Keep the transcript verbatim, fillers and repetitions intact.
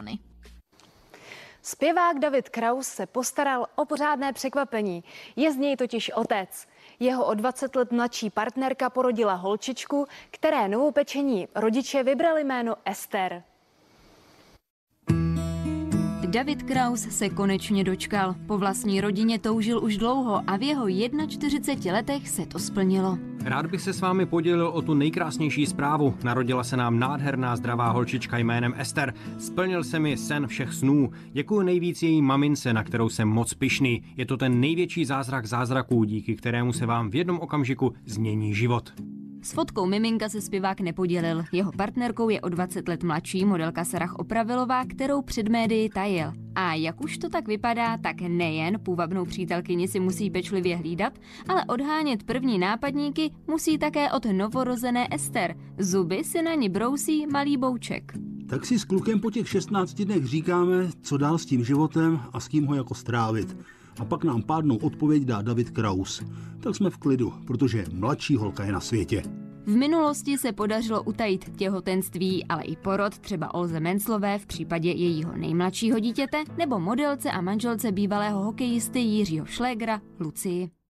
Zpěvák David Kraus se postaral o pořádné překvapení. Je z něj totiž otec. Jeho o dvacet let mladší partnerka porodila holčičku, které novopečení rodiče vybrali jméno Ester. David Kraus se konečně dočkal. Po vlastní rodině toužil už dlouho a v jeho čtyřiceti jednoho letech se to splnilo. Rád bych se s vámi podělil o tu nejkrásnější zprávu. Narodila se nám nádherná zdravá holčička jménem Ester. Splnil se mi sen všech snů. Děkuji nejvíc její mamince, na kterou jsem moc pyšný. Je to ten největší zázrak zázraků, díky kterému se vám v jednom okamžiku změní život. S fotkou miminka se zpěvák nepodělil. Jeho partnerkou je o dvacet let mladší modelka Sarah Opravilová, kterou před médii tajil. A jak už to tak vypadá, tak nejen půvabnou přítelkyni si musí pečlivě hlídat, ale odhánět první nápadníky musí také od novorozené Ester. Zuby si na ní brousí malý bouček. Tak si s klukem po těch šestnácti dnech říkáme, co dál s tím životem a s kým ho jako strávit. A pak nám pádnou odpověď dá David Kraus. Tak jsme v klidu, protože mladší holka je na světě. V minulosti se podařilo utajit těhotenství, ale i porod třeba Olze Menclové v případě jejího nejmladšího dítěte nebo modelce a manželce bývalého hokejisty Jiřího Šlégra Lucii.